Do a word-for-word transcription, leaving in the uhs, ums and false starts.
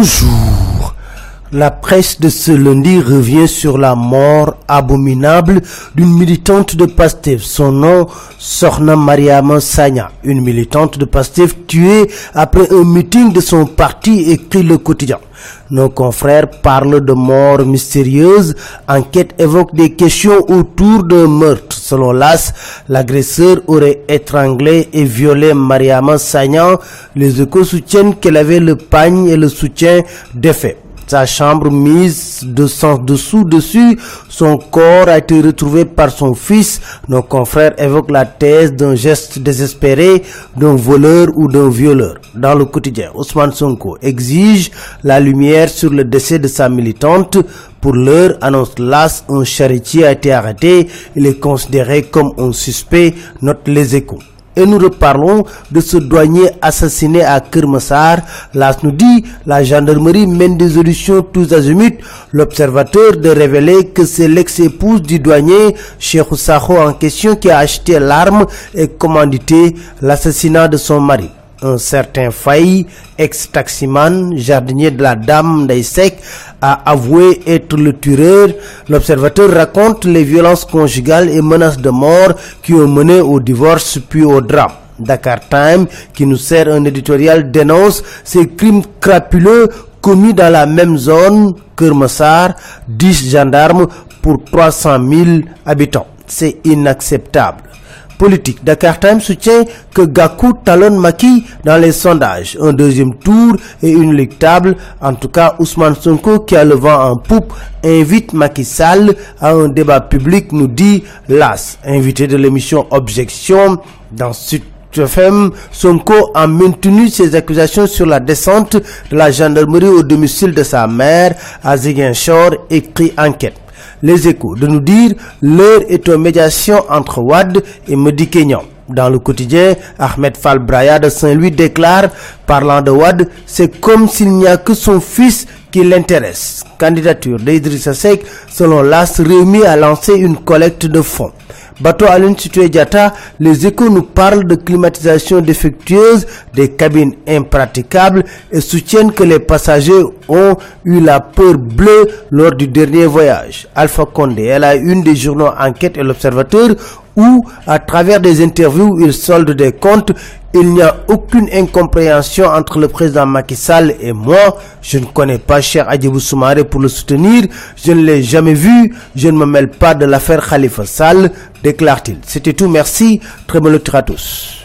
Bonjour. La presse de ce lundi revient sur la mort abominable d'une militante de Pastef. Son nom, Sokhna Mariama Sagna, une militante de Pastef tuée après un meeting de son parti, écrit Le Quotidien. Nos confrères parlent de mort mystérieuse. Enquête évoque des questions autour d'un meurtre. Selon l'A S, l'agresseur aurait étranglé et violé Mariama Sagna. Les Échos soutiennent qu'elle avait le pagne et le soutien des faits. Sa chambre mise de sens dessous dessus, son corps a été retrouvé par son fils. Nos confrères évoquent la thèse d'un geste désespéré d'un voleur ou d'un violeur. Dans Le Quotidien, Ousmane Sonko exige la lumière sur le décès de sa militante. Pour l'heure, annonce l'A S, un charretier a été arrêté. Il est considéré comme un suspect, note Les Échos. Et nous reparlons de ce douanier assassiné à Keur Massar. L'A S nous dit, la gendarmerie mène des auditions tous azimuts. L'Observateur de révéler que c'est l'ex-épouse du douanier, Cheikhou Sakho en question, qui a acheté l'arme et commandité l'assassinat de son mari. Un certain Faye, ex-taximan, jardinier de la dame Ndeye Seck, a avoué être le tueur. L'Observateur raconte les violences conjugales et menaces de mort qui ont mené au divorce puis au drame. Dakar Time, qui nous sert un éditorial, dénonce ces crimes crapuleux commis dans la même zone, Keur Massar, dix gendarmes pour trois cent mille habitants. C'est inacceptable. Politique, Dakar Time soutient que Gakou talonne Macky dans les sondages. Un deuxième tour est inéluctable. En tout cas, Ousmane Sonko, qui a le vent en poupe, invite Macky Sall à un débat public, nous dit l'A S. Invité de l'émission Objection dans Sud F M, Sonko a maintenu ses accusations sur la descente de la gendarmerie au domicile de sa mère à Ziguinchor, écrit Enquête. Les Échos de nous dire l'heure est aux médiations entre Wade et Madické Niang. Dans Le Quotidien, Ahmed Fall Braya de Saint-Louis déclare, parlant de Wade, c'est comme s'il n'y a que son fils qui l'intéresse. Candidature d'Idrissa Seck, selon l'A S, Rewmi a lancé une collecte de fonds. Bateau Aline Sitoé Diatta, Les Échos nous parlent de climatisation défectueuse, des cabines impraticables et soutiennent que les passagers ont eu la peur bleue lors du dernier voyage. Alpha Condé est la une des journaux Enquête et L'Observateur où, à travers des interviews, il solde des comptes. Il n'y a aucune incompréhension entre le président Macky Sall et moi. Je ne connais pas Cheikh Hadjibou Soumaré pour le soutenir. Je ne l'ai jamais vu. Je ne me mêle pas de l'affaire Khalifa Sall, déclare-t-il. C'était tout. Merci. Très bonne lecture à tous.